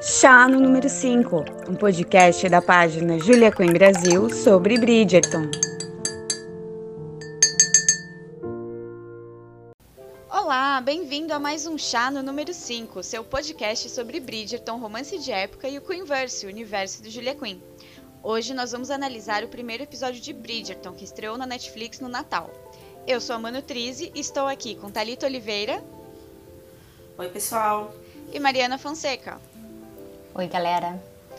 Chá no número 5, um podcast da página Julia Quinn Brasil sobre Bridgerton. Olá, bem-vindo a mais um Chá no número 5, seu podcast sobre Bridgerton, romance de época e o Queenverse, o universo de Julia Quinn. Hoje nós vamos analisar o primeiro episódio de Bridgerton, que estreou na Netflix no Natal. Eu sou a Manu Trizzi e estou aqui com Thalita Oliveira. Oi, pessoal. E Mariana Fonseca. Oi, galera.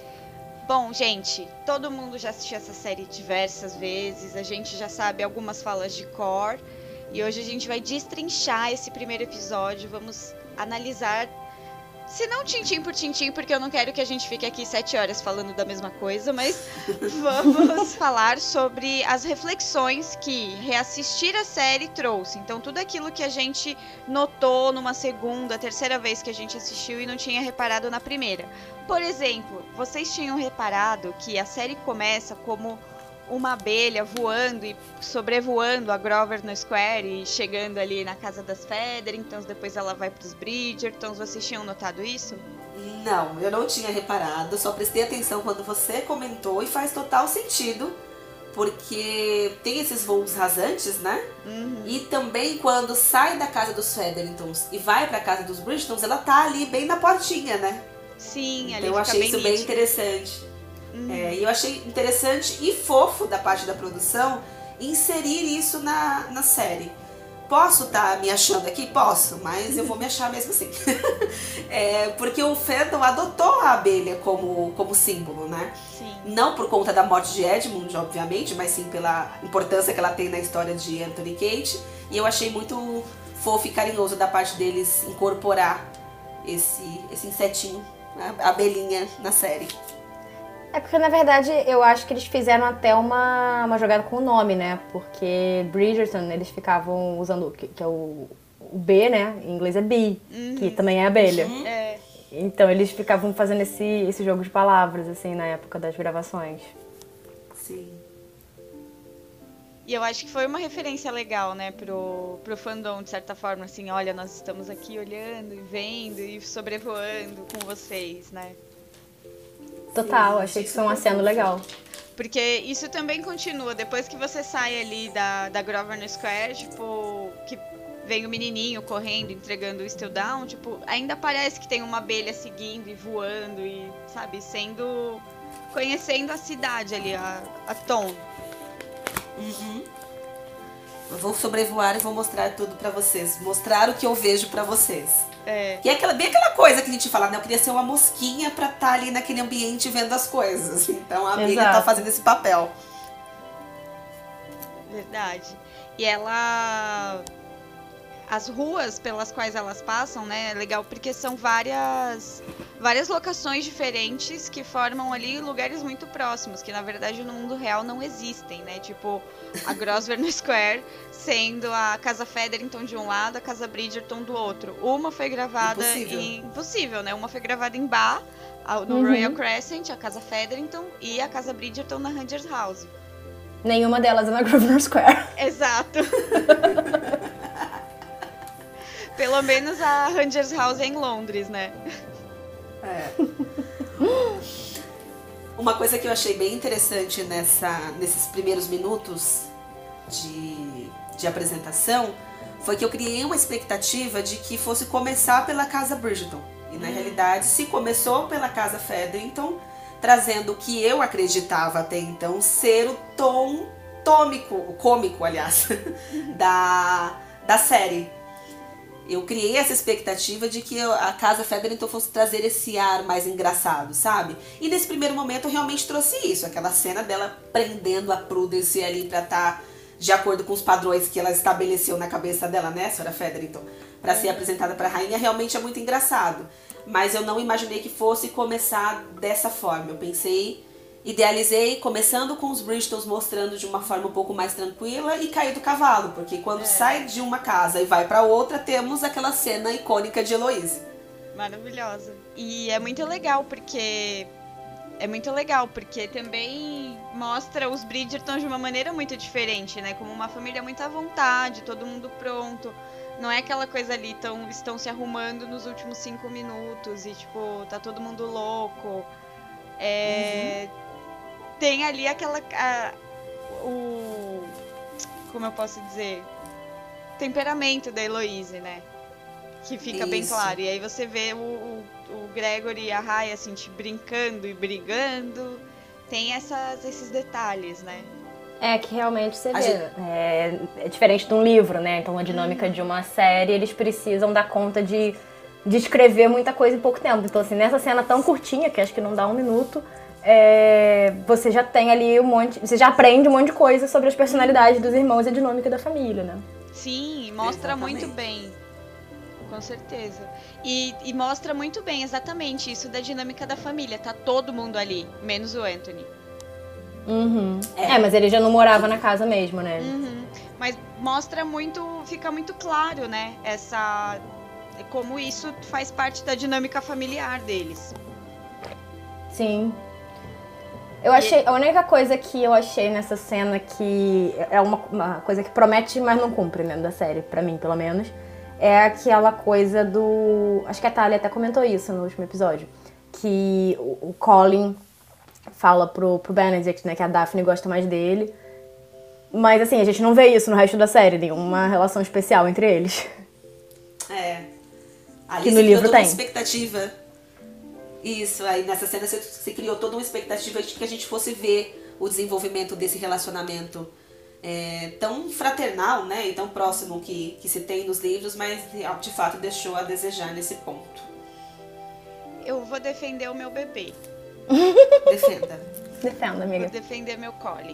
Bom, gente, todo mundo já assistiu essa série diversas vezes, a gente já sabe algumas falas de cor, e hoje a gente vai destrinchar esse primeiro episódio, vamos analisar, se não tintim por tintim, porque eu não quero que a gente fique aqui 7 horas falando da mesma coisa, mas vamos falar sobre as reflexões que reassistir a série trouxe. Então, tudo aquilo que a gente notou numa segunda, terceira vez que a gente assistiu e não tinha reparado na primeira. Por exemplo, vocês tinham reparado que a série começa como uma abelha voando e sobrevoando a Grosvenor Square e chegando ali na casa das Featheringtons, depois ela vai para os Bridgertons. Vocês tinham notado isso? Não, eu não tinha reparado, só prestei atenção quando você comentou e faz total sentido, porque tem esses voos rasantes, né? Uhum. E também quando sai da casa dos Featheringtons e vai para a casa dos Bridgertons, ela tá ali bem na portinha, né? Sim, ali então, eu fica achei isso bem nítido. interessante. E eu achei interessante e fofo da parte da produção inserir isso na série. Posso estar me achando aqui? Posso, mas eu vou me achar mesmo assim. Porque o fandom adotou a abelha como símbolo, né? Sim. Não por conta da morte de Edmund, obviamente, mas sim pela importância que ela tem na história de Anthony e Kate. E eu achei muito fofo e carinhoso da parte deles incorporar esse insetinho, a abelhinha, na série. É porque, na verdade, eu acho que eles fizeram até uma jogada com o nome, né? Porque Bridgerton, eles ficavam usando, que é o B, né? Em inglês é bee, que também é abelha. É. Então, eles ficavam fazendo esse jogo de palavras, assim, na época das gravações. Sim. E eu acho que foi uma referência legal, né, pro fandom, de certa forma, assim, olha, nós estamos aqui olhando e vendo e sobrevoando com vocês, né? Total, Sim, achei que foi um aceno legal. Porque isso também continua, depois que você sai ali da Grosvenor Square, tipo, que vem o menininho correndo, entregando o Still Down, tipo, ainda parece que tem uma abelha seguindo e voando e, sabe, conhecendo a cidade ali, a Tom. Eu vou sobrevoar e vou mostrar tudo pra vocês. Mostrar o que eu vejo pra vocês. E é bem aquela coisa que a gente fala, né? Eu queria ser uma mosquinha pra estar ali naquele ambiente vendo as coisas. Então a abelha tá fazendo esse papel. Verdade. E ela... As ruas pelas quais elas passam, né, é legal porque são várias locações diferentes que formam ali lugares muito próximos, que na verdade no mundo real não existem, né, tipo a Grosvenor Square sendo a Casa Featherington de um lado, a Casa Bridgerton do outro. Uma foi gravada Impossível, né, uma foi gravada em Bath, no Royal Crescent, a Casa Featherington, e a Casa Bridgerton na Rangers House. Nenhuma delas é na Grosvenor Square. Exato. Pelo menos a Rangers House é em Londres, né? Uma coisa que eu achei bem interessante nesses primeiros minutos de apresentação foi que eu criei uma expectativa de que fosse começar pela Casa Bridgerton. E na realidade, se começou pela Casa Featherington, trazendo o que eu acreditava até então ser o tom cômico, aliás, da série. Eu criei essa expectativa de que a Casa Featherington fosse trazer esse ar mais engraçado, sabe? E nesse primeiro momento eu realmente trouxe isso. Aquela cena dela prendendo a Prudence ali pra estar de acordo com os padrões que ela estabeleceu na cabeça dela, né, Sra. Featherington? Pra ser apresentada pra rainha, realmente é muito engraçado. Mas eu não imaginei que fosse começar dessa forma. Eu idealizei começando com os Bridgertons mostrando de uma forma um pouco mais tranquila e cair do cavalo, porque quando sai de uma casa e vai pra outra, temos aquela cena icônica de Heloise. Maravilhosa. E é muito legal porque também mostra os Bridgerton de uma maneira muito diferente, né? Como uma família muito à vontade, todo mundo pronto. Não é aquela coisa ali, estão se arrumando nos últimos 5 minutos e, tipo, tá todo mundo louco. Tem ali como eu posso dizer? Temperamento da Heloise, né? Que fica bem claro. E aí você vê o Gregory e a Hyacinth brincando e brigando. Tem esses detalhes, né? É que realmente você vê. É diferente de um livro, né? Então a dinâmica de uma série, eles precisam dar conta de escrever muita coisa em pouco tempo. Então, assim, nessa cena tão curtinha, que acho que não dá 1 minuto, você já tem ali você já aprende um monte de coisa sobre as personalidades dos irmãos e a dinâmica da família, né? Sim, mostra muito bem. Com certeza. E mostra muito bem exatamente isso da dinâmica da família. Tá todo mundo ali, menos o Anthony. Mas ele já não morava na casa mesmo, né? Mas mostra muito, fica muito claro, né? Como isso faz parte da dinâmica familiar deles. Sim. Eu achei, a única coisa que eu achei nessa cena que é uma coisa que promete, mas não cumpre, né, da série, pra mim, pelo menos, é aquela coisa do... Acho que a Thalia até comentou isso no último episódio, que o Colin fala pro Benedict, né, que a Daphne gosta mais dele, mas assim, a gente não vê isso no resto da série, nenhuma relação especial entre eles. Ali que no livro toda tem. Uma expectativa. Isso, aí nessa cena você criou toda uma expectativa de que a gente fosse ver o desenvolvimento desse relacionamento tão fraternal, né, e tão próximo que se tem nos livros, mas de fato deixou a desejar nesse ponto. Eu vou defender o meu bebê. Defenda, amiga. Vou defender meu Colin.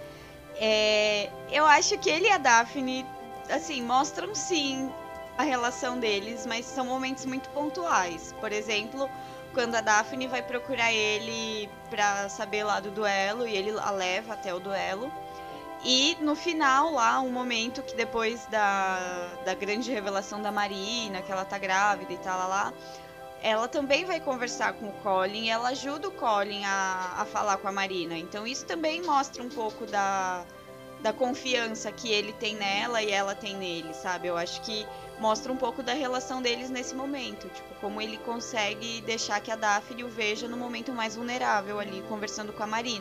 Eu acho que ele e a Daphne, assim, mostram sim a relação deles, mas são momentos muito pontuais. Por exemplo, quando a Daphne vai procurar ele pra saber lá do duelo, e ele a leva até o duelo. E no final lá, um momento que depois da grande revelação da Marina, que ela tá grávida e tal, lá, ela também vai conversar com o Colin e ela ajuda o Colin a falar com a Marina. Então isso também mostra um pouco da confiança que ele tem nela e ela tem nele, sabe? Eu acho que mostra um pouco da relação deles nesse momento. Tipo, como ele consegue deixar que a Daphne o veja no momento mais vulnerável ali, conversando com a Marina.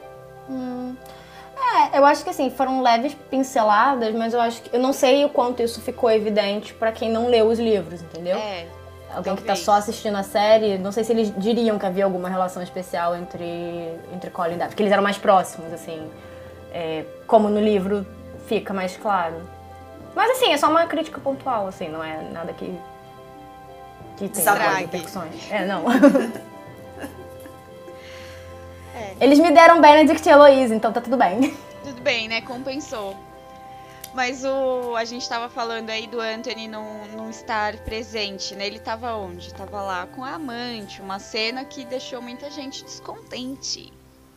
Eu acho que assim, foram leves pinceladas, mas eu não sei o quanto isso ficou evidente pra quem não leu os livros, entendeu? Alguém talvez. que tá só assistindo a série, não sei se eles diriam que havia alguma relação especial entre Colin e Daphne, porque eles eram mais próximos, assim, como no livro fica mais claro. Mas assim, é só uma crítica pontual, assim, não é nada que tem repercussões. Não. Eles me deram Benedict e Heloise, então tá tudo bem. Tudo bem, né? Compensou. Mas a gente tava falando aí do Anthony não estar presente, né? Ele tava onde? Tava lá com a amante, uma cena que deixou muita gente descontente.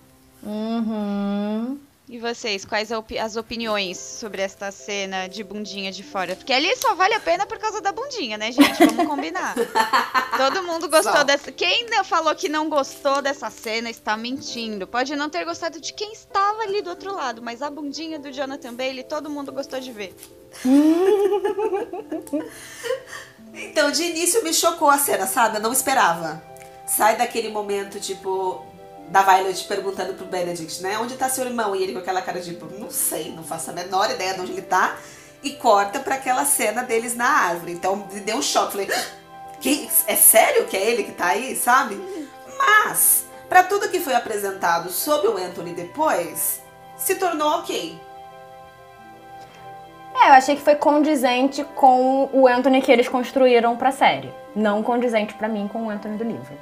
E vocês, quais as opiniões sobre esta cena de bundinha de fora? Porque ali só vale a pena por causa da bundinha, né, gente? Vamos combinar. Todo mundo gostou dessa... Quem falou que não gostou dessa cena está mentindo. Pode não ter gostado de quem estava ali do outro lado, mas a bundinha do Jonathan Bailey, todo mundo gostou de ver. Então, de início me chocou a cena, sabe? Eu não esperava. Sai daquele momento, tipo... da Violet perguntando pro Benedict, né? Onde tá seu irmão? E ele com aquela cara de, não sei, não faço a menor ideia de onde ele tá. E corta pra aquela cena deles na árvore. Então, me deu um choque. Falei, é sério que é ele que tá aí, sabe? Mas, pra tudo que foi apresentado sobre o Anthony depois, se tornou ok. Eu achei que foi condizente com o Anthony que eles construíram pra série. Não condizente pra mim com o Anthony do livro.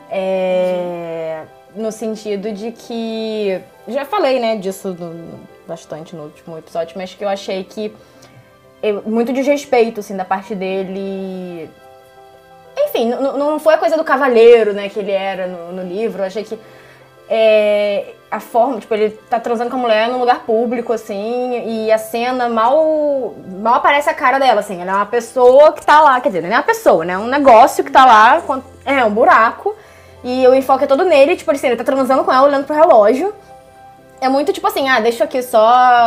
No sentido de que... Já falei, né, disso bastante no último episódio, mas que eu achei que... muito desrespeito, assim, da parte dele... Enfim, não foi a coisa do cavaleiro, né, que ele era no livro. Eu achei que a forma... Tipo, ele tá transando com a mulher num lugar público, assim, e a cena mal aparece a cara dela, assim. Ela é uma pessoa que tá lá, quer dizer, não é uma pessoa, né, é um negócio que tá lá, um buraco. E o enfoque é todo nele, tipo assim, ele tá transando com ela, olhando pro relógio. É muito tipo assim, deixa aqui só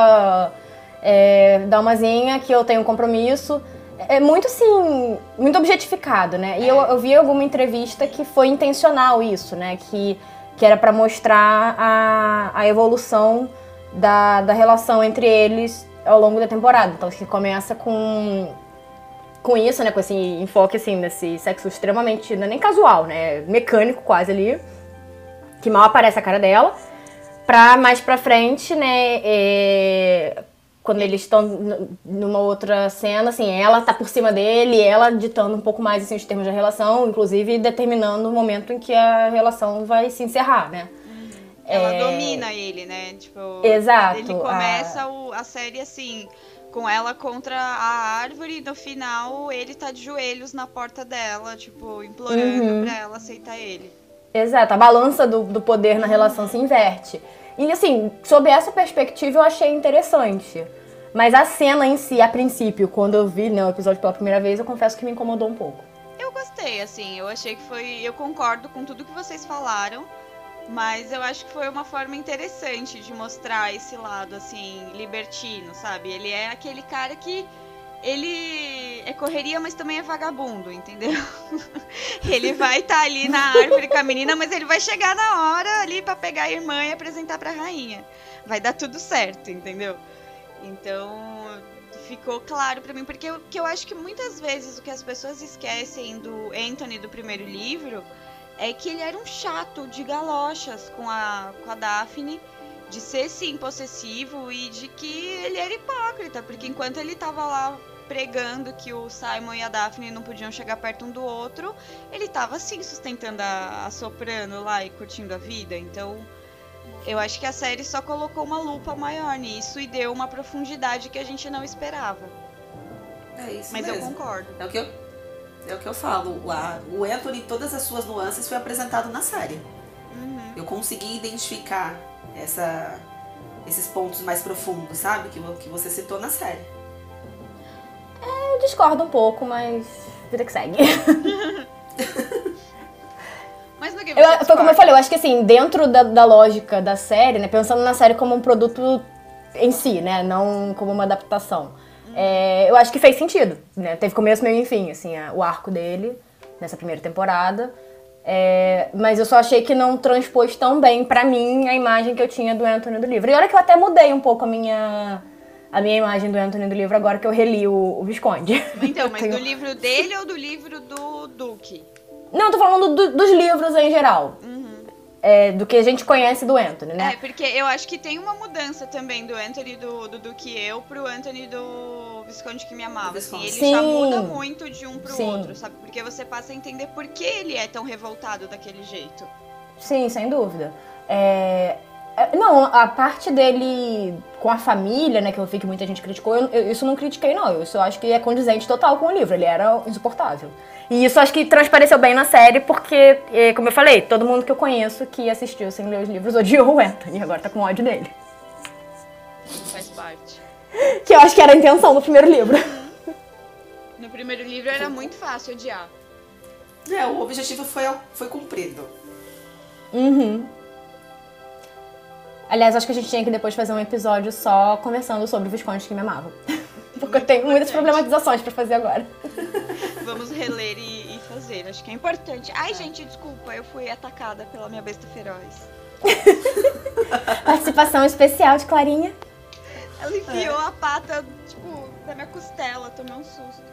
dar uma zinha que eu tenho um compromisso. É muito, assim, muito objetificado, né? E eu vi alguma entrevista que foi intencional isso, né? Que era pra mostrar a evolução da relação entre eles ao longo da temporada. Então, que começa com isso, né? Com esse enfoque, assim, nesse sexo extremamente, não é nem casual, né? Mecânico quase ali, que mal aparece a cara dela. Pra mais pra frente, né? Quando eles estão numa outra cena, assim, ela tá por cima dele, ela ditando um pouco mais, assim, os termos da relação, inclusive determinando o momento em que a relação vai se encerrar, né? Ela domina ele, né? Tipo, exato. Ele começa a série, assim, com ela contra a árvore, e no final ele tá de joelhos na porta dela, tipo, implorando pra ela aceitar ele. Exato, a balança do poder na relação se inverte. E assim, sob essa perspectiva eu achei interessante. Mas a cena em si, a princípio, quando eu vi, né, o episódio pela primeira vez, eu confesso que me incomodou um pouco. Eu gostei, assim, eu achei que foi... Eu concordo com tudo que vocês falaram, mas eu acho que foi uma forma interessante de mostrar esse lado, assim, libertino, sabe? Ele é aquele cara que... Ele é correria, mas também é vagabundo, entendeu? Ele vai estar ali na árvore com a menina, mas ele vai chegar na hora ali pra pegar a irmã e apresentar pra rainha. Vai dar tudo certo, entendeu? Então, ficou claro pra mim, porque eu acho que muitas vezes o que as pessoas esquecem do Anthony do primeiro livro é que ele era um chato de galochas com a Daphne, de ser, sim, possessivo e de que ele era hipócrita, porque enquanto ele tava lá pregando que o Simon e a Daphne não podiam chegar perto um do outro, ele tava, sim, sustentando a soprano lá e curtindo a vida. Então, eu acho que a série só colocou uma lupa maior nisso e deu uma profundidade que a gente não esperava. É isso mas mesmo. Eu concordo. É o que eu falo. O Anthony, todas as suas nuances, foi apresentado na série. Eu consegui identificar esses pontos mais profundos, sabe? Que você citou na série. Eu discordo um pouco, mas vida que segue. Mas no que você foi como eu falei, eu acho que assim, dentro da lógica da série, né? Pensando na série como um produto em si, né? Não como uma adaptação. Eu acho que fez sentido, né? Teve começo, meio e fim, assim, o arco dele nessa primeira temporada. Mas eu só achei que não transpôs tão bem pra mim a imagem que eu tinha do Anthony do livro. E olha que eu até mudei um pouco a minha imagem do Anthony do livro agora que eu reli o Visconde. Então, mas do livro dele ou do livro do Duque? Não, eu tô falando dos livros em geral. Do que a gente conhece do Anthony, né? Porque eu acho que tem uma mudança também do Anthony do Duque eu pro Anthony do Visconde que me amava. Assim, ele já muda muito de um pro outro, sabe? Porque você passa a entender por que ele é tão revoltado daquele jeito. Sim, sem dúvida. Não, a parte dele com a família, né, que eu vi que muita gente criticou, isso não critiquei, não. Isso eu acho que é condizente total com o livro. Ele era insuportável. E isso acho que transpareceu bem na série, porque, como eu falei, todo mundo que eu conheço que assistiu sem ler os livros odiou o Anthony. E agora tá com ódio dele. Faz parte. Que eu acho que era a intenção do primeiro livro. No primeiro livro era muito fácil odiar. O objetivo foi cumprido. Aliás, acho que a gente tinha que depois fazer um episódio só conversando sobre o Visconde que me amava. Porque eu tenho muitas problematizações pra fazer agora. Vamos reler e fazer, acho que é importante. Ai, gente, desculpa, eu fui atacada pela minha besta feroz. Participação especial de Clarinha. Ela enfiou a pata, tipo, na minha costela, tomei um susto.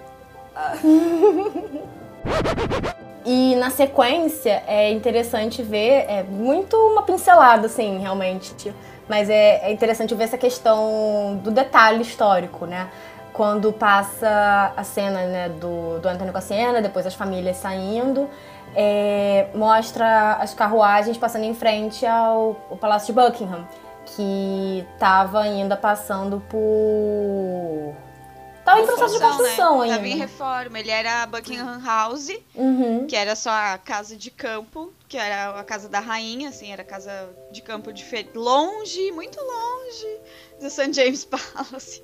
E na sequência é interessante ver, muito uma pincelada, assim, realmente. Mas é interessante ver essa questão do detalhe histórico, né? Quando passa a cena, né, do Anthony com a Siena, depois as famílias saindo, mostra as carruagens passando em frente ao Palácio de Buckingham, que estava ainda passando por... Tava em processo de construção, né? Ainda. Tava em reforma. Ele era Buckingham House, que era só a casa de campo, que era a casa da rainha, assim, era a casa de campo longe, muito longe do St. James Palace.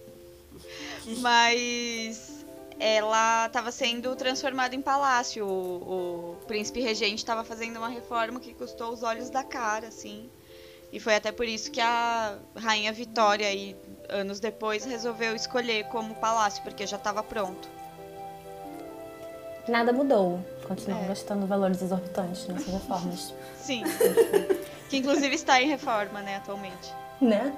Mas ela estava sendo transformada em palácio. O príncipe regente estava fazendo uma reforma que custou os olhos da cara, assim. E foi até por isso que a Rainha Vitória, aí, anos depois, resolveu escolher como palácio, porque já estava pronto. Nada mudou. Continuam gastando valores exorbitantes nessas reformas. Sim. Que inclusive está em reforma, né, atualmente. Né?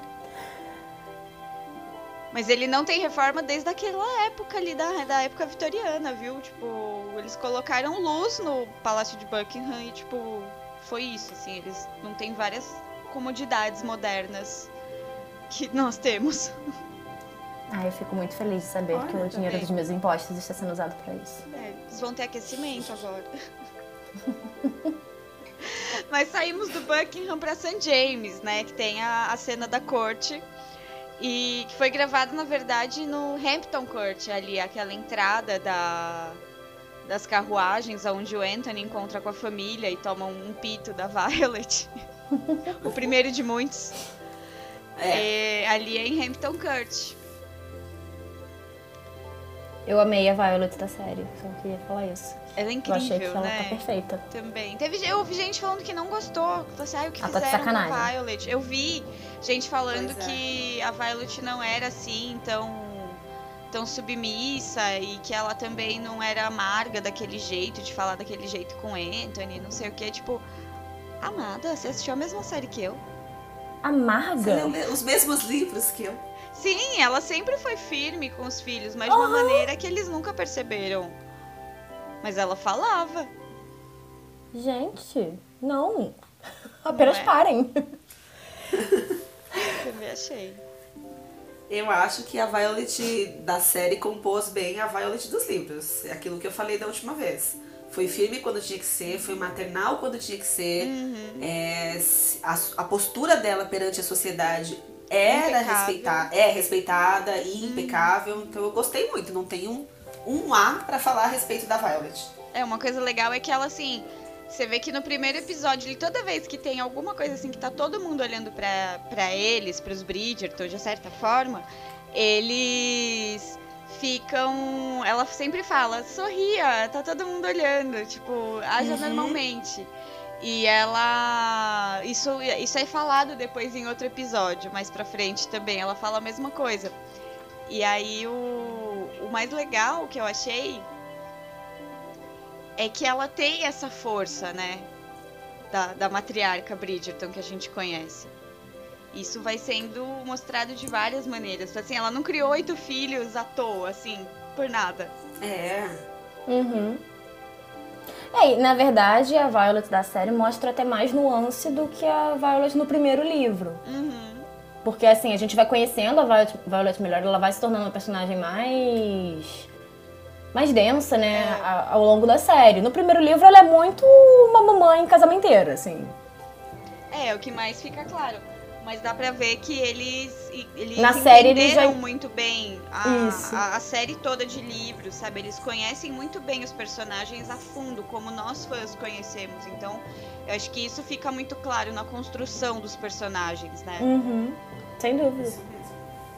Mas ele não tem reforma desde aquela época ali, da época vitoriana, viu? Tipo, eles colocaram luz no Palácio de Buckingham e, tipo, foi isso, assim. Eles não têm várias comodidades modernas que nós temos. Eu fico muito feliz de saber que o dinheiro dos meus impostos está sendo usado para isso. Eles vão ter aquecimento agora. Mas saímos do Buckingham para St. James, né? Que tem a cena da corte. E que foi gravada, na verdade, no Hampton Court, ali, aquela entrada das carruagens, onde o Anthony encontra com a família e toma um pito da Violet. O primeiro de muitos. Ali é em Hampton Court. Eu amei a Violet da série, só queria falar isso. Ela é incrível, eu achei que ela né? tá perfeita. Também. Eu ouvi gente falando que não gostou. Falou assim, o que Tá de fizeram com a sacanagem. Violet? Eu vi gente falando que a Violet não era assim, tão submissa, e que ela também não era amarga daquele jeito, de falar daquele jeito com Anthony, não sei o que. Tipo, amada, você assistiu a mesma série que eu? Amarga? Você leu os mesmos livros que eu. Sim, ela sempre foi firme com os filhos, mas de uma maneira que eles nunca perceberam. Mas ela falava. Gente, não. Apenas Não é? parem. Também achei. Eu acho que a Violet da série compôs bem a Violet dos livros. É aquilo que eu falei da última vez. Foi firme quando tinha que ser, foi maternal quando tinha que ser. A postura dela perante a sociedade era respeitada e impecável. Então eu gostei muito. Não tem um A pra falar a respeito da Violet. Uma coisa legal é que ela, assim, você vê que no primeiro episódio, toda vez que tem alguma coisa assim que tá todo mundo olhando pra eles, pros Bridgerton, de certa forma, eles ficam... Ela sempre fala, sorria, tá todo mundo olhando, tipo, haja normalmente. E ela... Isso é falado depois em outro episódio, mais pra frente também, ela fala a mesma coisa. E aí o mais legal que eu achei é que ela tem essa força, né? Da matriarca Bridgerton que a gente conhece. Isso vai sendo mostrado de várias maneiras. Assim, ela não criou 8 filhos à toa, assim, por nada. E, na verdade, a Violet da série mostra até mais nuance do que a Violet no primeiro livro. Porque, assim, a gente vai conhecendo a Violet melhor, ela vai se tornando uma personagem mais densa, né, ao longo da série. No primeiro livro, ela é muito uma mamãe casamenteira, assim. É o que mais fica claro. Mas dá pra ver que eles Na série eles entenderam já... muito bem a série toda de livros, sabe? Eles conhecem muito bem os personagens a fundo, como nós fãs conhecemos. Então, eu acho que isso fica muito claro na construção dos personagens, né? Sem dúvida. Isso mesmo.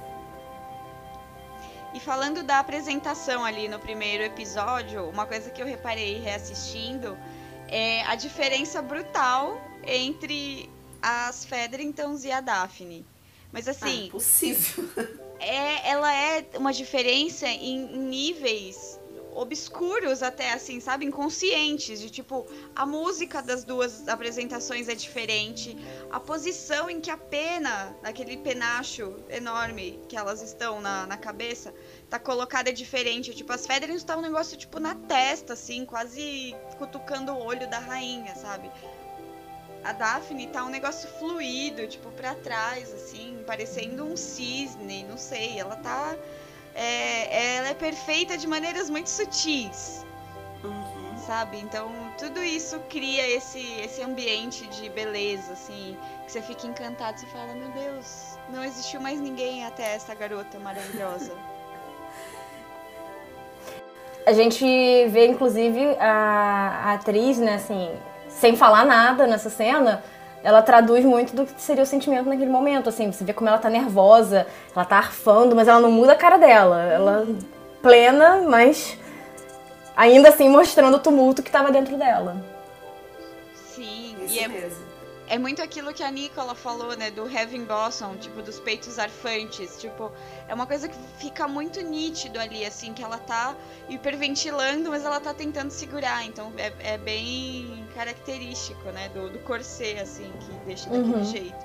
E falando da apresentação ali no primeiro episódio, uma coisa que eu reparei reassistindo é a diferença brutal entre as Featheringtons e a Daphne. Mas assim... Impossível. Ela é uma diferença em níveis obscuros até, assim, sabe? Inconscientes. De tipo, a música das duas apresentações é diferente. A posição em que a pena, aquele penacho enorme que elas estão na cabeça, tá colocada é diferente. Tipo, as Featheringtons tá um negócio, tipo, na testa, assim, quase cutucando o olho da rainha, sabe? A Daphne tá um negócio fluido, tipo, pra trás, assim, parecendo um cisne, não sei. Ela tá... ela é perfeita de maneiras muito sutis, sabe? Então, tudo isso cria esse ambiente de beleza, assim, que você fica encantado. Você fala, meu Deus, não existiu mais ninguém até essa garota maravilhosa. A gente vê, inclusive, a atriz, né, assim... sem falar nada nessa cena, ela traduz muito do que seria o sentimento naquele momento, assim, você vê como ela tá nervosa, ela tá arfando, mas ela não muda a cara dela, ela plena, mas ainda assim mostrando o tumulto que tava dentro dela. Sim, Isso mesmo. é muito aquilo que a Nicola falou, né, do heaven bosom, tipo, dos peitos arfantes, tipo, é uma coisa que fica muito nítido ali, assim, que ela tá hiperventilando, mas ela tá tentando segurar, então é bem característico, né, do corset, assim, que deixa daquele jeito.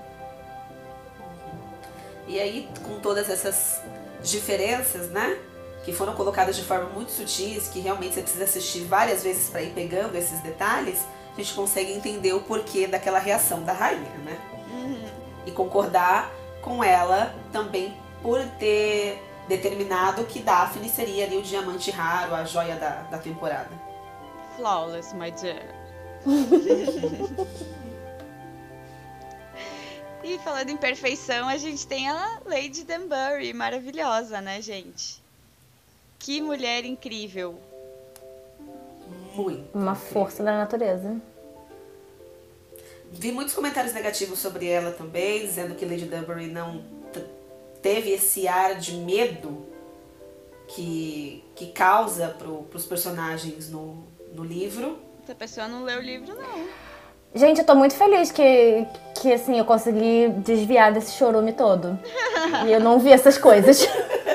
E aí, com todas essas diferenças, né, que foram colocadas de forma muito sutis, que realmente você precisa assistir várias vezes para ir pegando esses detalhes, a gente consegue entender o porquê daquela reação da rainha, né? E concordar com ela também por ter determinado que Daphne seria ali o diamante raro, a joia da temporada. Flawless, my dear. E falando em perfeição, a gente tem a Lady Danbury, maravilhosa, né, gente? Que mulher incrível. Muito. Uma força da natureza. Vi muitos comentários negativos sobre ela também, dizendo que Lady Danbury não teve esse ar de medo que causa pros personagens no livro. Essa pessoa não leu o livro, não. Gente, eu tô muito feliz que assim, eu consegui desviar desse chorume todo. E eu não vi essas coisas.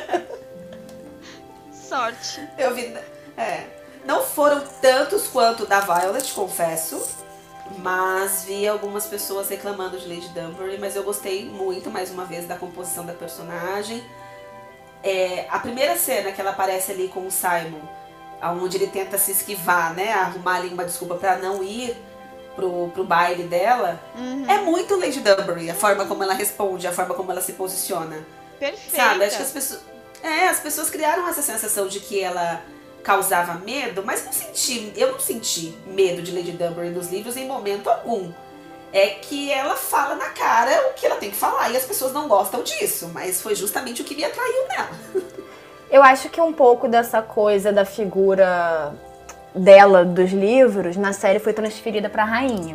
Sorte. Eu vi... não foram tantos quanto da Violet, confesso. Mas vi algumas pessoas reclamando de Lady Danbury. Mas eu gostei muito, mais uma vez, da composição da personagem. A primeira cena que ela aparece ali com o Simon, onde ele tenta se esquivar, né? Arrumar ali uma desculpa pra não ir pro baile dela. É muito Lady Danbury, a forma como ela responde, a forma como ela se posiciona. Perfeita. Sabe, acho que as pessoas criaram essa sensação de que ela causava medo, mas eu não senti medo de Lady Danbury nos livros em momento algum. É que ela fala na cara o que ela tem que falar e as pessoas não gostam disso, mas foi justamente o que me atraiu nela. Eu acho que um pouco dessa coisa da figura dela dos livros na série foi transferida pra rainha.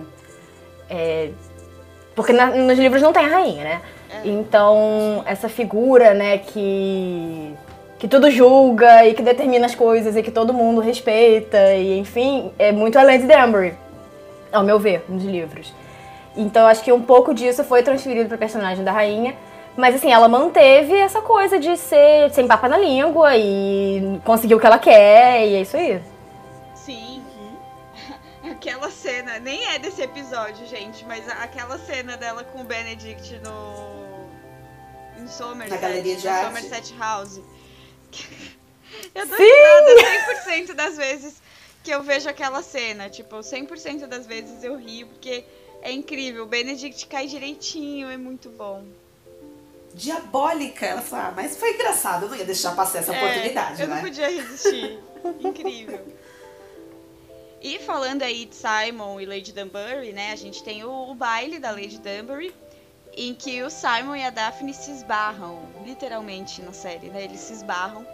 Porque nos livros não tem a rainha, né? Então, essa figura, né, que tudo julga e que determina as coisas e que todo mundo respeita, e enfim, é muito a Lady Danbury, ao meu ver, nos livros. Então, acho que um pouco disso foi transferido pra personagem da rainha, mas assim, ela manteve essa coisa de ser sem papa na língua e conseguir o que ela quer, e é isso aí. Sim. Aquela cena, nem é desse episódio, gente, mas aquela cena dela com o Benedict em Somerset, na galeria de arte. Somerset House. Eu dou risada 100% das vezes que eu vejo aquela cena. Tipo, 100% das vezes eu rio, porque é incrível. O Benedict cai direitinho, é muito bom. Diabólica. Ela falou, mas foi engraçado, eu não ia deixar passar essa oportunidade, eu né? não podia resistir. Incrível. E falando aí de Simon e Lady Danbury, né? A gente tem o baile da Lady Danbury, em que o Simon e a Daphne se esbarram, literalmente na série, né? Eles se esbarram.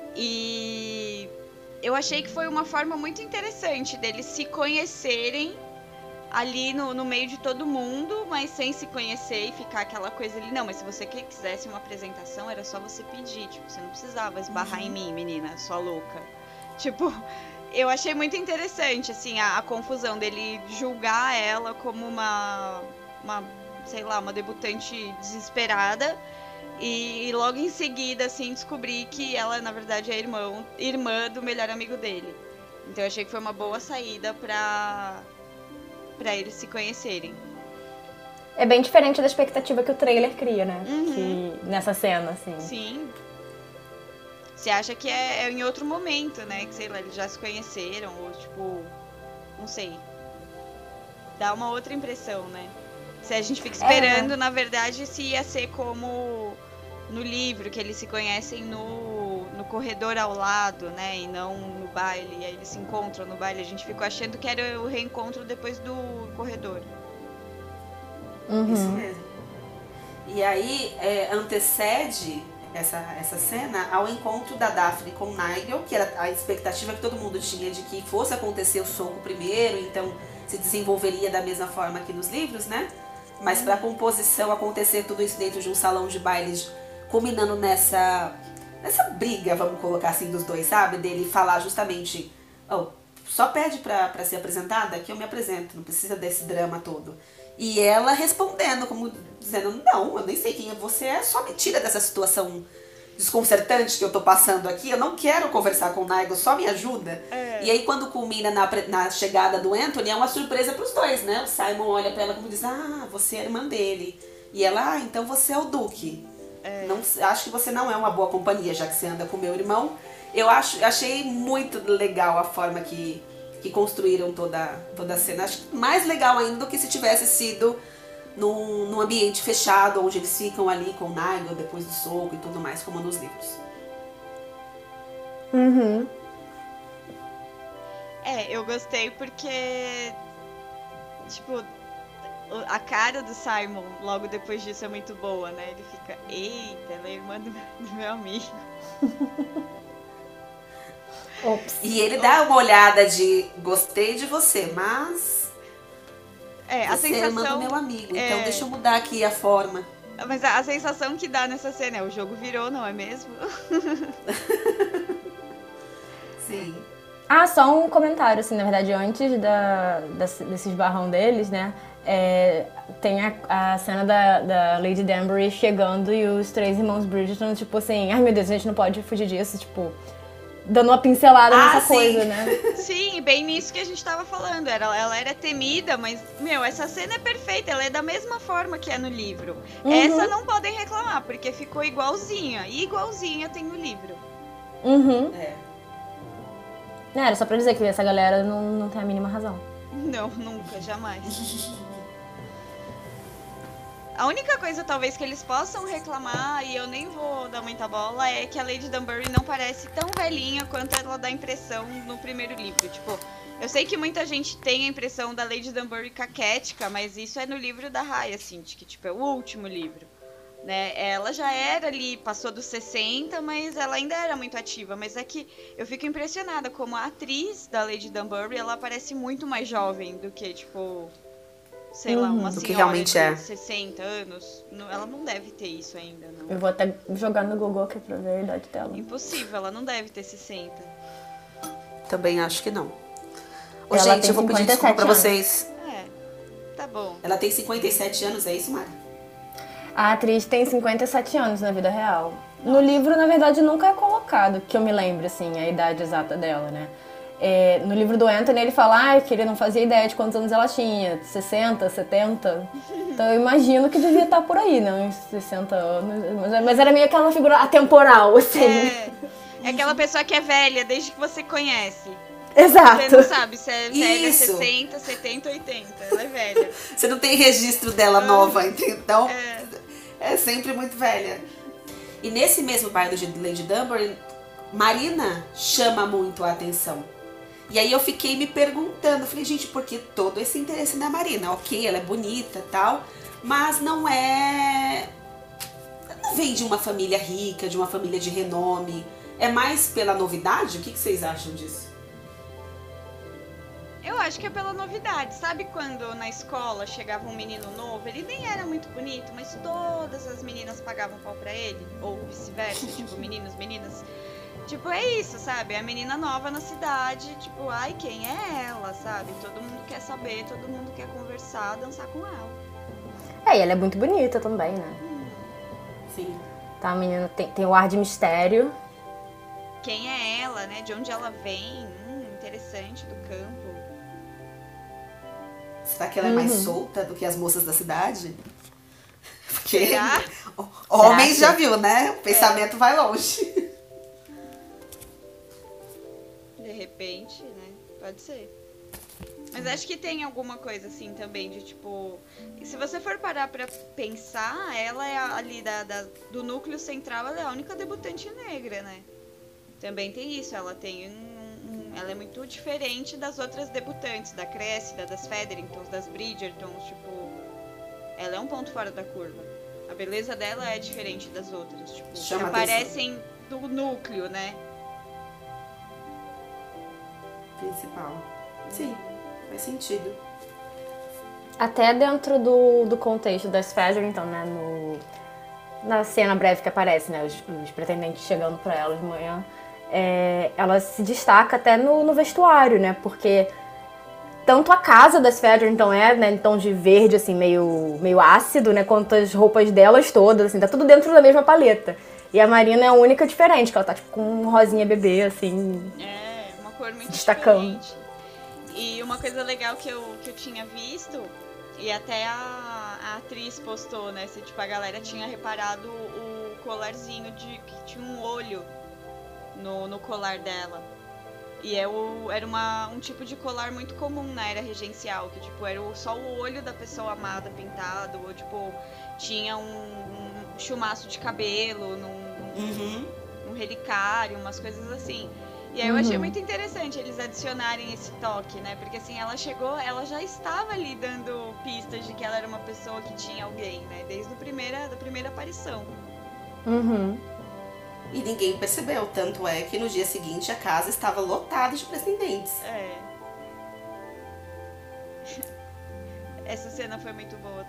E eu achei que foi uma forma muito interessante deles se conhecerem ali no meio de todo mundo, mas sem se conhecer e ficar aquela coisa ali. Não, mas se você quisesse uma apresentação, era só você pedir. Tipo, você não precisava esbarrar em mim, menina, sua louca. Tipo, eu achei muito interessante, assim, a confusão dele julgar ela como uma sei lá, uma debutante desesperada e logo em seguida, assim, descobrir que ela, na verdade, é irmã do melhor amigo dele. Então eu achei que foi uma boa saída pra eles se conhecerem. É bem diferente da expectativa que o trailer cria, né? Que, nessa cena, assim. Sim. Você acha que é em outro momento, né? Que, sei lá, eles já se conheceram, ou tipo, não sei. Dá uma outra impressão, né? Se a gente fica esperando, na verdade, se ia ser como no livro, que eles se conhecem no corredor ao lado, né? E não no baile. E aí eles se encontram no baile. A gente ficou achando que era o reencontro depois do corredor. Isso mesmo. E aí, antecede essa cena ao encontro da Daphne com o Nigel, que era a expectativa que todo mundo tinha de que fosse acontecer o soco primeiro, então se desenvolveria da mesma forma que nos livros, né? Mas pra composição acontecer tudo isso dentro de um salão de bailes, culminando nessa briga, vamos colocar assim, dos dois, sabe? Dele falar justamente, só pede pra ser apresentada que eu me apresento, não precisa desse drama todo. E ela respondendo, como dizendo, não, eu nem sei quem você é, só me tira dessa situação desconcertante que eu tô passando aqui, eu não quero conversar com o Nigel, só me ajuda. E aí quando culmina na chegada do Anthony, é uma surpresa pros dois, né? O Simon olha pra ela como diz, você é a irmã dele. E ela, então você é o Duque. Não, acho que você não é uma boa companhia, já que você anda com meu irmão. Achei muito legal a forma que construíram toda a cena. Acho mais legal ainda do que se tivesse sido num ambiente fechado, onde eles ficam ali com o Nigel depois do soco e tudo mais, como nos livros. Uhum. Eu gostei porque, tipo, a cara do Simon logo depois disso é muito boa, né? Ele fica, eita, ela é irmã do meu amigo. Ops. E ele dá uma olhada de, gostei de você, mas a você é irmã do meu amigo, então deixa eu mudar aqui a forma. Mas a sensação que dá nessa cena é, o jogo virou, não é mesmo? Sim. Só um comentário, assim, na verdade, antes desse esbarrão deles, né? Tem a cena da Lady Danbury chegando e os três irmãos Bridgerton, tipo assim, ai meu Deus, a gente não pode fugir disso, tipo, dando uma pincelada nessa coisa, né? Sim, bem nisso que a gente tava falando. Ela era temida, mas, essa cena é perfeita, ela é da mesma forma que é no livro. Uhum. Essa não podem reclamar, porque ficou igualzinha. E igualzinha tem no livro. Uhum. Era só pra dizer que essa galera não tem a mínima razão. Não, nunca, jamais. A única coisa, talvez, que eles possam reclamar, e eu nem vou dar muita bola, é que a Lady Danbury não parece tão velhinha quanto ela dá a impressão no primeiro livro. Tipo, eu sei que muita gente tem a impressão da Lady Danbury caquética, mas isso é no livro da Hyacinth, que, tipo, é o último livro, né? Ela já era ali, passou dos 60, mas ela ainda era muito ativa. Mas é que eu fico impressionada como a atriz da Lady Danbury, ela parece muito mais jovem do que, tipo... sei lá, uma senhora realmente de 60 anos, ela não deve ter isso ainda, não. Eu vou até jogar no Google aqui pra ver a idade dela. Impossível, ela não deve ter 60. Também acho que não. Ela Gente, tem eu vou pedir 57 desculpa pra anos. vocês. Tá bom. Ela tem 57 anos, é isso, Mari? A atriz tem 57 anos na vida real. No livro, na verdade, nunca é colocado, que eu me lembre, assim, a idade exata dela, né? No livro do Anthony, ele fala que ele não fazia ideia de quantos anos ela tinha, 60, 70. Então eu imagino que devia estar por aí, né? Uns 60 anos. Mas era meio aquela figura atemporal, assim. É aquela pessoa que é velha desde que você conhece. Exato. Você não sabe se é velha Isso. 60, 70, 80. Ela é velha. Você não tem registro dela nova, então é sempre muito velha. E nesse mesmo baile de Lady Danbury, Marina chama muito a atenção. E aí eu fiquei me perguntando, falei, gente, por que todo esse interesse na Marina? Ok, ela é bonita e tal, mas não vem de uma família rica, de uma família de renome. É mais pela novidade? O que vocês acham disso? Eu acho que é pela novidade. Sabe quando na escola chegava um menino novo? Ele nem era muito bonito, mas todas as meninas pagavam pau pra ele. Ou vice-versa, tipo, meninos, meninas. Tipo, é isso, sabe? A menina nova na cidade, tipo, ai, quem é ela, sabe? Todo mundo quer saber, todo mundo quer conversar, dançar com ela. E ela é muito bonita também, né? Sim. Tá, a menina tem o ar de mistério. Quem é ela, né? De onde ela vem? Interessante, do campo. Será que ela é mais solta do que as moças da cidade? Porque Será? homens já viu, né? O pensamento vai longe. De repente, né? Pode ser. Mas acho que tem alguma coisa assim também de tipo... Se você for parar pra pensar, ela é ali do núcleo central, ela é a única debutante negra, né? Também tem isso, ela tem ela é muito diferente das outras debutantes, da Cressida, das Featheringtons, das Bridgertons, tipo... Ela é um ponto fora da curva. A beleza dela é diferente das outras, tipo, que aparecem do núcleo, né? Principal. Sim, faz sentido. Até dentro do contexto das Featherington, né? Na cena breve que aparece, né? Os pretendentes chegando pra ela de manhã. Ela se destaca até no vestuário, né? Porque tanto a casa das Featherton é, né, em tom de verde, assim, meio ácido, né, quanto as roupas delas todas, assim, tá tudo dentro da mesma paleta. E a Marina é a única diferente, que ela tá, tipo, com um rosinha bebê, assim... É, uma cor muito destacando. diferente. E uma coisa legal que eu tinha visto, e até a atriz postou, né, se, tipo, a galera tinha reparado o colarzinho que tinha um olho no colar dela. E era um tipo de colar muito comum na era regencial, que tipo, era só o olho da pessoa amada pintado, ou tipo, tinha um chumaço de cabelo num relicário, umas coisas assim. E aí eu achei muito interessante eles adicionarem esse toque, né? Porque assim, ela já estava ali dando pistas de que ela era uma pessoa que tinha alguém, né? Desde da primeira aparição. E ninguém percebeu, tanto é que no dia seguinte a casa estava lotada de pretendentes. É. Essa cena foi muito boa,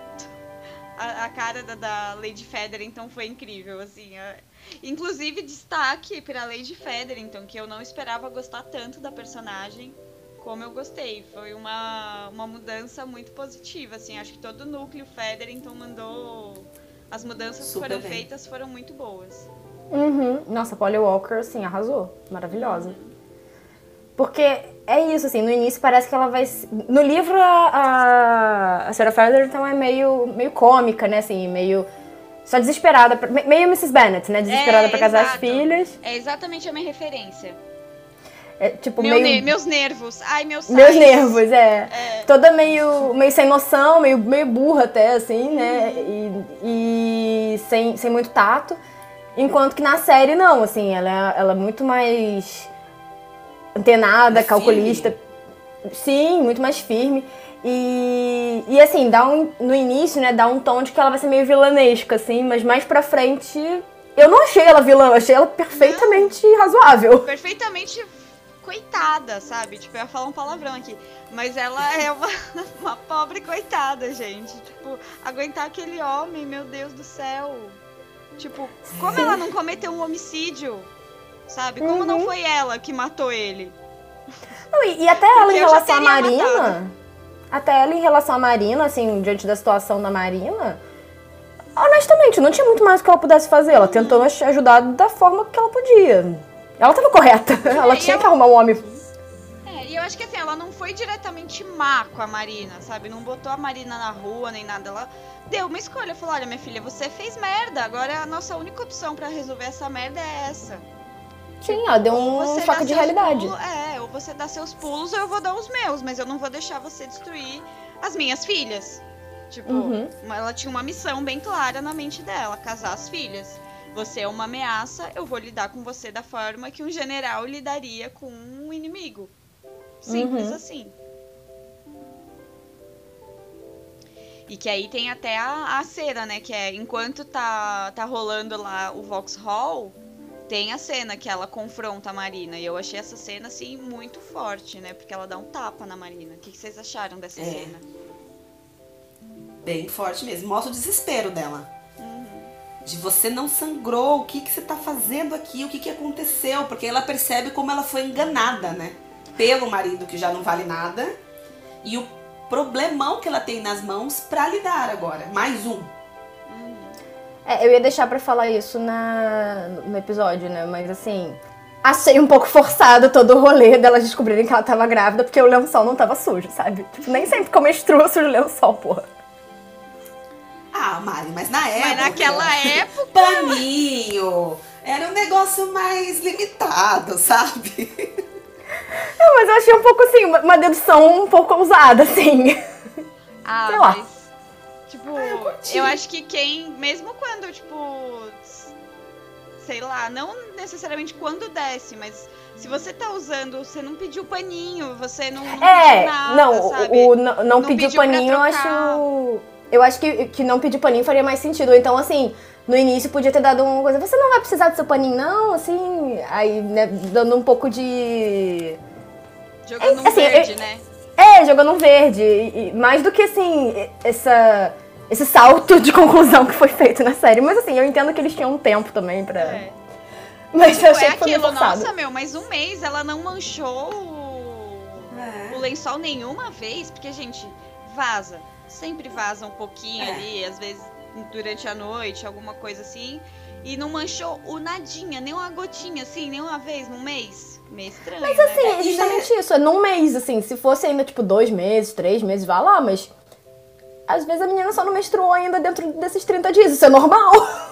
a cara da Lady Featherington foi incrível, assim. Inclusive, destaque para Lady Featherington, que eu não esperava gostar tanto da personagem como eu gostei. Foi uma mudança muito positiva, assim. Acho que todo o núcleo Featherington mandou... As mudanças que foram feitas foram muito boas. Nossa, a Polly Walker, assim, arrasou. Maravilhosa. Porque é isso, assim, no início parece que ela vai... No livro, a Sarah Featherington é meio cômica, né, assim, meio... Só desesperada, meio Mrs. Bennet, né, desesperada pra casar as filhas. É exatamente a minha referência. É, tipo, meus nervos, ai, meus sais. Meus nervos, Toda meio sem noção, meio burra até, assim, né, e sem muito tato. Enquanto que na série, não, assim, ela é muito mais antenada, calculista. Sim, muito mais firme. E assim, no início, né, dá um tom de que ela vai ser meio vilanesca, assim, mas mais pra frente, eu não achei ela vilã, eu achei ela perfeitamente razoável. Perfeitamente coitada, sabe? Tipo, eu ia falar um palavrão aqui, mas ela é uma pobre coitada, gente. Tipo, aguentar aquele homem, meu Deus do céu. Tipo, como ela não cometeu um homicídio, sabe? Como não foi ela que matou ele? Não, e até ela em relação à Marina... Até ela em relação à Marina, assim, diante da situação da Marina... Honestamente, não tinha muito mais o que ela pudesse fazer. Ela tentou ajudar da forma que ela podia. Ela tava correta. Ela tinha que arrumar um homem... E eu acho que assim, ela não foi diretamente má com a Marina, sabe? Não botou a Marina na rua, nem nada. Ela deu uma escolha, falou, olha, minha filha, você fez merda. Agora a nossa única opção pra resolver essa merda é essa. Sim, ela deu um choque de realidade. Ou você dá seus pulos ou eu vou dar os meus, mas eu não vou deixar você destruir as minhas filhas. Tipo, ela tinha uma missão bem clara na mente dela, casar as filhas. Você é uma ameaça, eu vou lidar com você da forma que um general lidaria com um inimigo. Simples assim. E que aí tem até a cena, né? Que é, enquanto tá rolando lá o Vauxhall, tem a cena que ela confronta a Marina. E eu achei essa cena, assim, muito forte, né? Porque ela dá um tapa na Marina. O que vocês acharam dessa cena? Bem forte mesmo. Mostra o desespero dela. De você não sangrou, o que você tá fazendo aqui, o que aconteceu. Porque ela percebe como ela foi enganada, né? Pelo marido, que já não vale nada. E o problemão que ela tem nas mãos pra lidar agora. Mais um. Eu ia deixar pra falar isso no episódio, né? Mas assim, achei um pouco forçado todo o rolê delas descobrirem que ela tava grávida, porque o lençol não tava sujo, sabe? Tipo, nem sempre que eu menstruo sujo o lençol, porra. Ah, Mari, mas na época... Mas naquela época... Paninho! Era um negócio mais limitado, sabe? Não, mas eu achei um pouco assim, uma dedução um pouco ousada, assim. Ah, sei lá. Mas... Tipo, eu acho que mesmo quando, tipo, sei lá, não necessariamente quando desce, mas se você tá usando, você não pediu paninho, você não pediu nada, não, sabe? Não pediu paninho, eu acho que não pedir paninho faria mais sentido. Então, assim, no início podia ter dado uma coisa, você não vai precisar do seu paninho, não, assim, aí, né, dando um pouco de... Jogando um assim, verde, né? Jogando um verde. E mais do que, assim, esse salto de conclusão que foi feito na série. Mas, assim, eu entendo que eles tinham um tempo também pra... Mas tipo, eu achei que foi meio aquilo, forçado. nossa, meu, mas um mês ela não manchou o lençol nenhuma vez, porque, gente, vaza. Sempre vaza um pouquinho ali, às vezes durante a noite, alguma coisa assim. E não manchou o nadinha, nem uma gotinha, assim, nem uma vez num mês. Meio estranho, Mas assim, né? é justamente isso, é num mês, assim, se fosse ainda, tipo, 2 meses, 3 meses, vá lá, mas às vezes a menina só não menstruou ainda dentro desses 30 dias, isso é normal.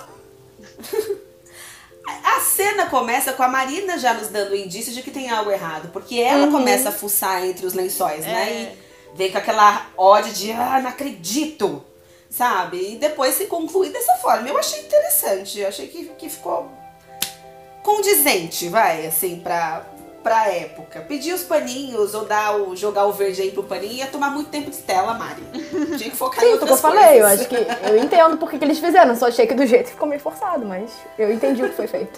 A cena começa com a Marina já nos dando indício de que tem algo errado, porque ela começa a fuçar entre os lençóis, né? E vem com aquela ódio de, não acredito, sabe? E depois se conclui dessa forma. Eu achei interessante, eu achei que ficou condizente, vai, assim, pra época. Pedir os paninhos ou jogar o verde aí pro paninho ia tomar muito tempo de tela, Mari. Tinha que focar em outras coisas. Sim, foi o que eu falei, eu acho que eu entendo por que eles fizeram, só achei que do jeito ficou meio forçado, mas eu entendi o que foi feito.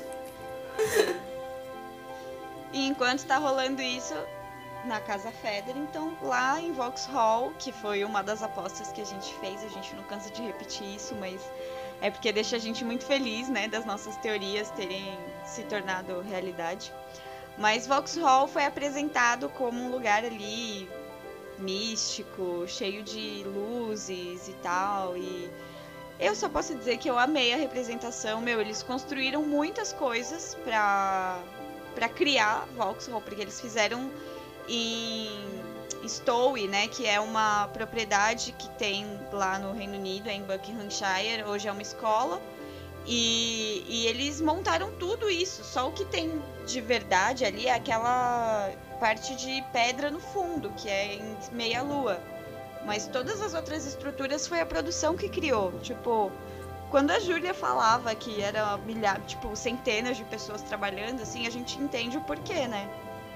E enquanto tá rolando isso na Casa Featherington, lá em Vauxhall, que foi uma das apostas que a gente fez, a gente não cansa de repetir isso, mas é porque deixa a gente muito feliz, né, das nossas teorias terem se tornado realidade. Mas Vauxhall foi apresentado como um lugar ali místico, cheio de luzes e tal, e eu só posso dizer que eu amei a representação. Eles construíram muitas coisas pra criar Vauxhall, porque eles fizeram em Stowe, né, que é uma propriedade que tem lá no Reino Unido, em Buckinghamshire, hoje é uma escola, e eles montaram tudo isso, só o que tem de verdade ali é aquela parte de pedra no fundo, que é em meia-lua, mas todas as outras estruturas foi a produção que criou. Tipo, quando a Júlia falava que era centenas de pessoas trabalhando, assim, a gente entende o porquê, né?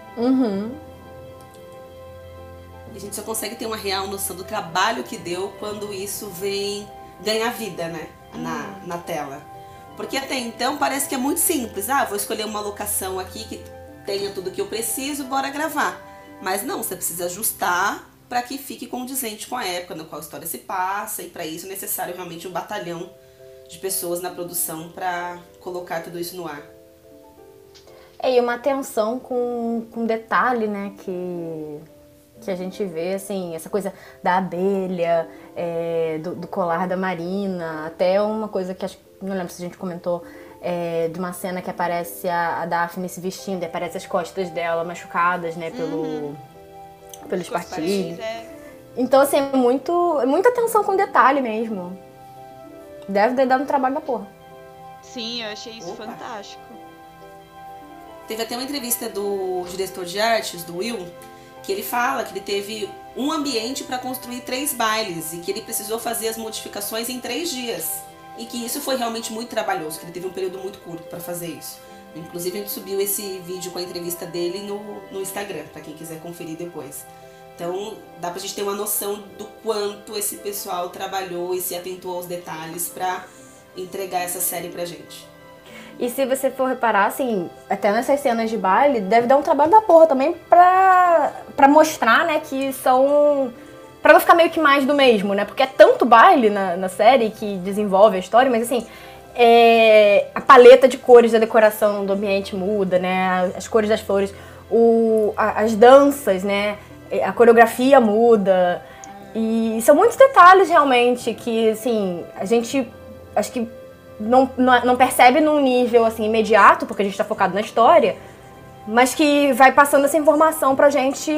A gente só consegue ter uma real noção do trabalho que deu quando isso vem ganhar vida, né? Na tela. Porque até então parece que é muito simples. Vou escolher uma locação aqui que tenha tudo que eu preciso, bora gravar. Mas não, você precisa ajustar para que fique condizente com a época na qual a história se passa, e para isso é necessário realmente um batalhão de pessoas na produção para colocar tudo isso no ar. E uma atenção com detalhe, né, que a gente vê, assim, essa coisa da abelha, do colar da Marina, até uma coisa que acho, não lembro se a gente comentou, de uma cena que aparece a Daphne se vestindo e aparece as costas dela machucadas, né, pelo espartilho. Então, assim, muita atenção com detalhe mesmo. Deve ter dado um trabalho da porra. Sim, eu achei isso fantástico. Teve até uma entrevista do diretor de artes, do Will, que ele fala que ele teve um ambiente para construir 3 bailes e que ele precisou fazer as modificações em 3 dias. E que isso foi realmente muito trabalhoso, que ele teve um período muito curto para fazer isso. Inclusive, a gente subiu esse vídeo com a entrevista dele no Instagram, para quem quiser conferir depois. Então, dá pra gente ter uma noção do quanto esse pessoal trabalhou e se atentou aos detalhes para entregar essa série pra gente. E se você for reparar, assim, até nessas cenas de baile, deve dar um trabalho da porra também pra mostrar, né, que são... Pra não ficar meio que mais do mesmo, né? Porque é tanto baile na série que desenvolve a história, mas assim, a paleta de cores da decoração do ambiente muda, né? As cores das flores, as danças, né? A coreografia muda. E são muitos detalhes realmente que, assim, a gente acho que não percebe num nível assim imediato, porque a gente tá focado na história, mas que vai passando essa informação pra gente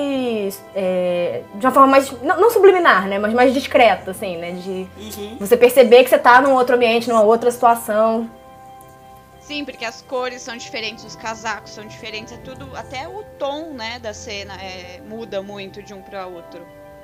de uma forma mais, não subliminar, né, mas mais discreta, assim, né, de você perceber que você tá num outro ambiente, numa outra situação. Sim, porque as cores são diferentes, os casacos são diferentes, é tudo, até o tom, né, da cena muda muito de um para outro.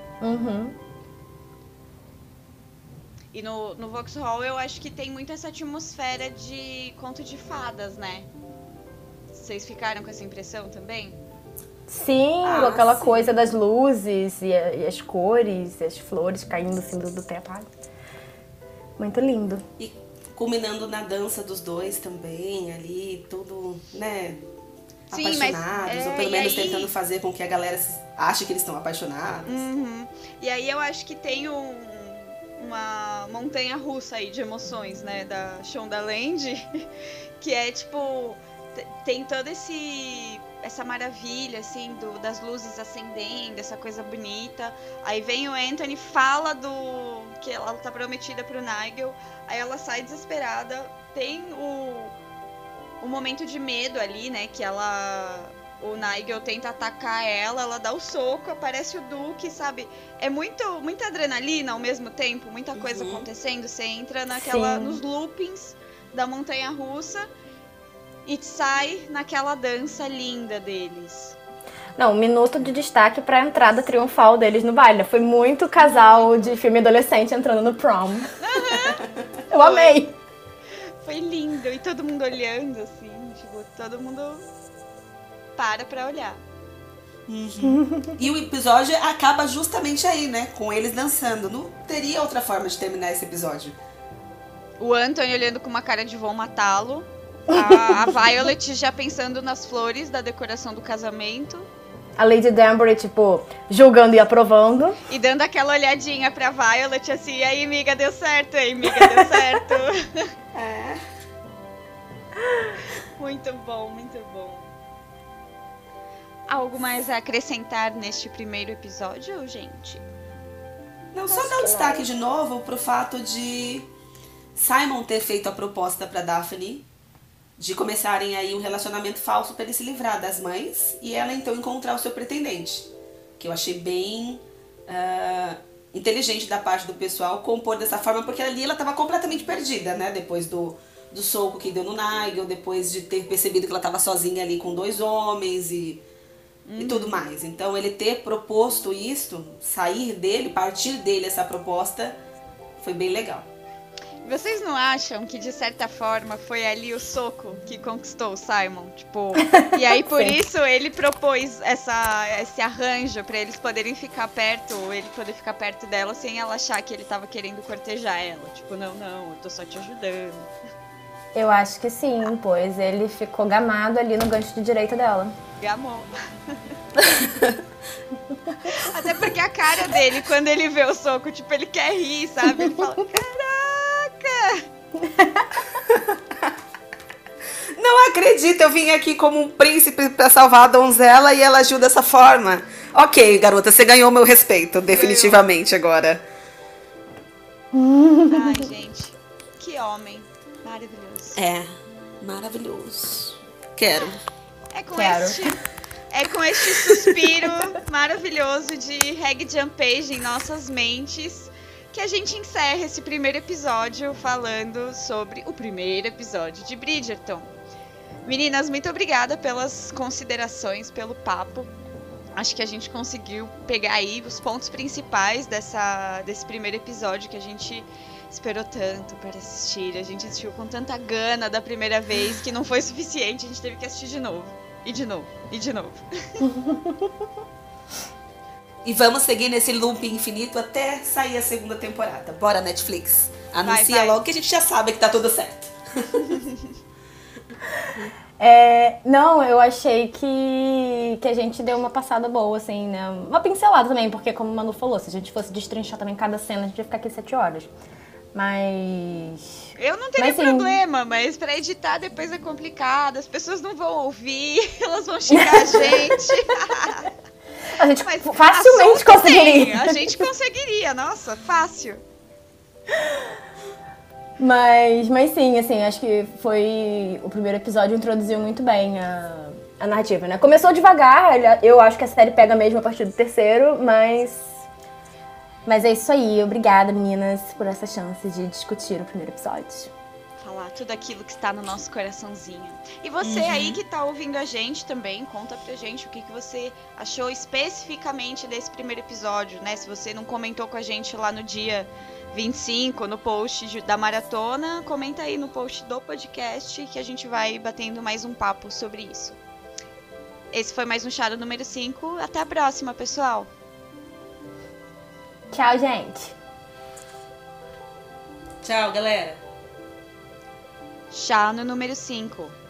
E no Vauxhall eu acho que tem muito essa atmosfera de conto de fadas, né? Vocês ficaram com essa impressão também? Sim, aquela coisa das luzes e as cores, e as flores caindo assim do teto. Muito lindo. E culminando na dança dos dois também, ali, tudo, né, sim, apaixonados, ou pelo menos tentando fazer com que a galera ache que eles estão apaixonados. E aí eu acho que tem uma montanha russa aí de emoções, né, da Shondaland, que é tipo, tem todo esse essa maravilha, assim, das luzes acendendo, essa coisa bonita. Aí vem o Anthony, fala que ela tá prometida pro Nigel, aí ela sai desesperada. Tem o momento de medo ali, né, que o Nigel tenta atacar ela dá o soco, aparece o Duke, sabe? É muita adrenalina ao mesmo tempo, muita coisa acontecendo. Você entra nos loopings da montanha-russa e sai naquela dança linda deles. Não, um minuto de destaque pra entrada triunfal deles no baile. Foi muito casal de filme adolescente entrando no prom. Eu amei. Foi lindo. E todo mundo olhando, assim, tipo, todo mundo pra olhar. E o episódio acaba justamente aí, né? Com eles dançando. Não teria outra forma de terminar esse episódio. O Anthony olhando com uma cara de vou matá-lo. A Violet já pensando nas flores da decoração do casamento. A Lady Danbury, tipo, julgando e aprovando. E dando aquela olhadinha pra Violet, assim, e aí, amiga, deu certo, aí, amiga, deu certo. É. Muito bom, muito bom. Algo mais a acrescentar neste primeiro episódio, gente? Não, só dar um destaque de novo pro fato de Simon ter feito a proposta pra Daphne de começarem aí um relacionamento falso para ele se livrar das mães e ela então encontrar o seu pretendente. Que eu achei bem inteligente da parte do pessoal compor dessa forma, porque ali ela estava completamente perdida, né? Depois do soco que deu no Nigel, depois de ter percebido que ela estava sozinha ali com 2 homens e tudo mais. Então ele ter proposto isso, sair dele, partir dele essa proposta, foi bem legal. Vocês não acham que, de certa forma, foi ali o soco que conquistou o Simon? Tipo, e aí por isso ele propôs esse arranjo pra eles poderem ficar perto, ou ele poder ficar perto dela sem ela achar que ele tava querendo cortejar ela. Tipo, não, eu tô só te ajudando. Eu acho que sim, pois ele ficou gamado ali no gancho de direita dela. Gamou. Até porque a cara dele, quando ele vê o soco, tipo, ele quer rir, sabe? Ele fala, Não acredito, eu vim aqui como um príncipe pra salvar a donzela e ela agiu dessa forma. Ok, garota, você ganhou meu respeito, definitivamente agora. Ai, gente, que homem maravilhoso. É, maravilhoso. Quero. É com este suspiro maravilhoso de Reg Jumpage em nossas mentes que a gente encerra esse primeiro episódio falando sobre o primeiro episódio de Bridgerton. Meninas, muito obrigada pelas considerações, pelo papo. Acho que a gente conseguiu pegar aí os pontos principais desse primeiro episódio que a gente esperou tanto para assistir. A gente assistiu com tanta gana da primeira vez que não foi suficiente, a gente teve que assistir de novo. E de novo, e de novo. E vamos seguir nesse loop infinito até sair a segunda temporada. Bora, Netflix. Anuncia vai. logo que a gente já sabe que tá tudo certo. Não, eu achei que a gente deu uma passada boa, assim, né? Uma pincelada também, porque como o Manu falou, se a gente fosse destrinchar também cada cena, a gente ia ficar aqui 7 horas. Mas... Eu não teria problema, mas pra editar depois é complicado, as pessoas não vão ouvir, elas vão xingar a gente. A gente facilmente conseguiria. A gente conseguiria, nossa, fácil. Mas sim, assim, acho que foi... O primeiro episódio introduziu muito bem a narrativa, né? Começou devagar, eu acho que a série pega mesmo a partir do terceiro, mas é isso aí. Obrigada, meninas, por essa chance de discutir o primeiro episódio. Falar tudo aquilo que está no nosso coraçãozinho. E você aí que tá ouvindo a gente também, conta pra gente o que você achou especificamente desse primeiro episódio, né? Se você não comentou com a gente lá no dia 25, no post da maratona, comenta aí no post do podcast que a gente vai batendo mais um papo sobre isso. Esse foi mais um Charo número 5. Até a próxima, pessoal! Tchau, gente! Tchau, galera! Chá no número 5.